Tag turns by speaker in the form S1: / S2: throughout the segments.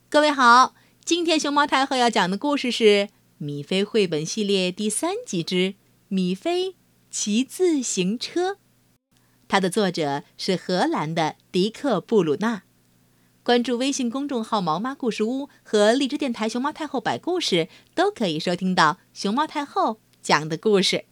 S1: 各位好，今天熊猫太后要讲的故事是《米菲绘本系列》第3集之《米菲骑自行车》，它的作者是荷兰的迪克·布鲁纳。关注微信公众号毛妈故事屋和荔枝电台熊猫太后摆故事，都可以收听到熊猫太后讲的故事。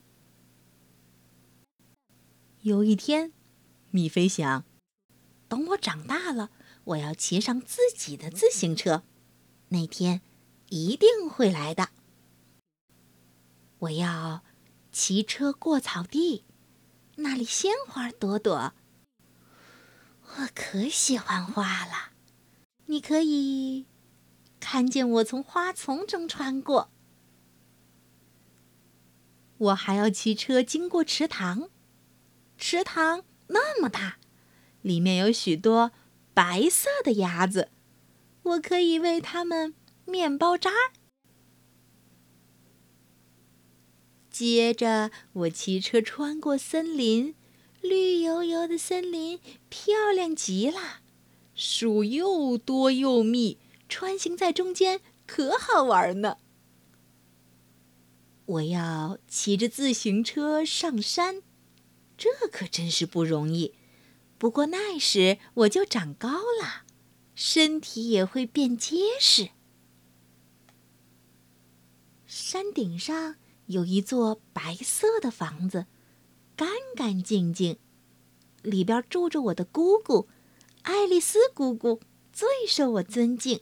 S1: 有一天，米菲想，等我长大了，我要骑上自己的自行车，那天一定会来的。我要骑车过草地，那里鲜花朵朵。我可喜欢花了，你可以看见我从花丛中穿过。我还要骑车经过池塘，池塘那么大，里面有许多白色的鸭子，我可以喂它们面包渣儿。接着我骑车穿过森林，绿油油的森林漂亮极了，树又多又密，穿行在中间可好玩呢。我要骑着自行车上山，这可真是不容易。不过那时我就长高了，身体也会变结实。山顶上有一座白色的房子，干干净净，里边住着我的姑姑，爱丽丝姑姑，最受我尊敬。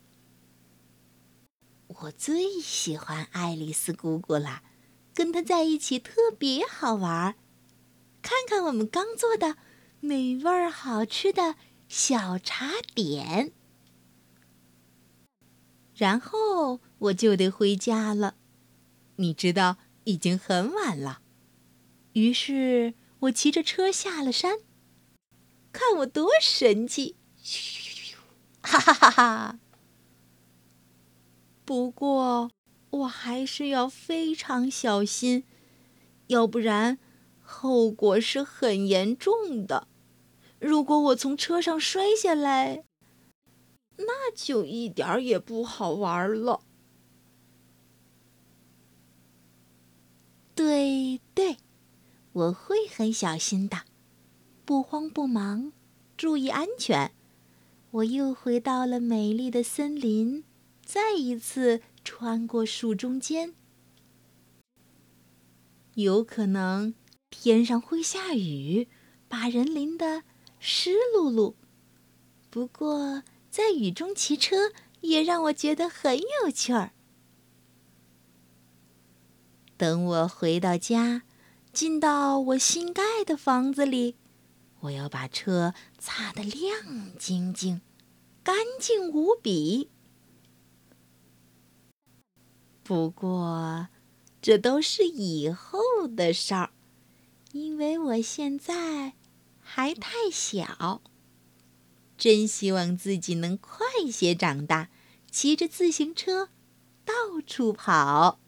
S1: 我最喜欢爱丽丝姑姑了，跟她在一起特别好玩。看看我们刚做的美味好吃的小茶点。然后我就得回家了，你知道已经很晚了。于是我骑着车下了山，看我多神气，哈哈哈哈！不过我还是要非常小心，要不然后果是很严重的。如果我从车上摔下来，那就一点儿也不好玩了。对，我会很小心的，不慌不忙，注意安全。我又回到了美丽的森林，再一次穿过树中间。有可能天上会下雨，把人淋得湿漉漉。不过在雨中骑车也让我觉得很有趣儿。等我回到家，进到我新盖的房子里，我要把车擦得亮晶晶，干净无比。不过这都是以后的事儿，因为我现在还太小。真希望自己能快些长大，骑着自行车到处跑。